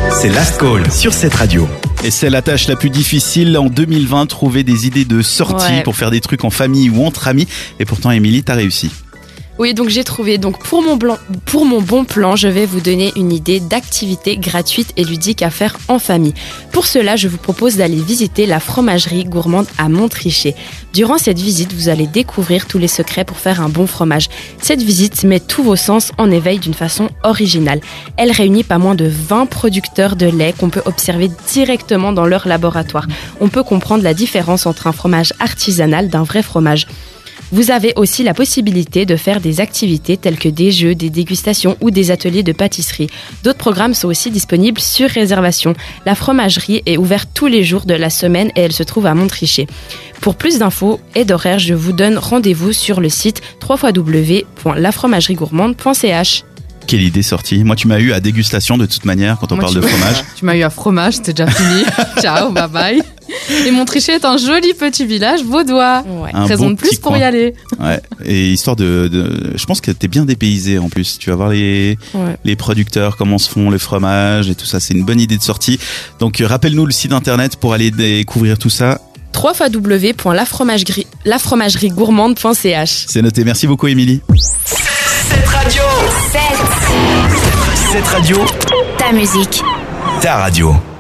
C'est Last Call sur cette radio. Et c'est la tâche la plus difficile en 2020, trouver des idées de sortie pour faire des trucs en famille ou entre amis. Et pourtant, Émilie, t'as réussi. Oui, donc j'ai trouvé. Donc pour mon bon plan, je vais vous donner une idée d'activité gratuite et ludique à faire en famille. Pour cela, je vous propose d'aller visiter la fromagerie gourmande à Montrichet. Durant cette visite, vous allez découvrir tous les secrets pour faire un bon fromage. Cette visite met tous vos sens en éveil d'une façon originale. Elle réunit pas moins de 20 producteurs de lait qu'on peut observer directement dans leur laboratoire. On peut comprendre la différence entre un fromage artisanal d'un vrai fromage. Vous avez aussi la possibilité de faire des activités telles que des jeux, des dégustations ou des ateliers de pâtisserie. D'autres programmes sont aussi disponibles sur réservation. La fromagerie est ouverte tous les jours de la semaine et elle se trouve à Montrichet. Pour plus d'infos et d'horaires, je vous donne rendez-vous sur le site www.lafromageriegourmande.ch. Quelle idée sortie. Moi, tu m'as eu à dégustation de toute manière quand on parle de fromage. Tu m'as eu à fromage, c'était déjà fini. Ciao, bye bye. Et Montrichet est un joli petit village vaudois. Raison de plus pour y aller. Ouais. Et histoire je pense que t'es bien dépaysé en plus. Tu vas voir les producteurs, comment se font le fromage et tout ça. C'est une bonne idée de sortie. Donc, rappelle-nous le site internet pour aller découvrir tout ça. www.lafromageriegourmande.ch. C'est noté. Merci beaucoup, Émilie. Cette radio. Ta musique. Ta radio.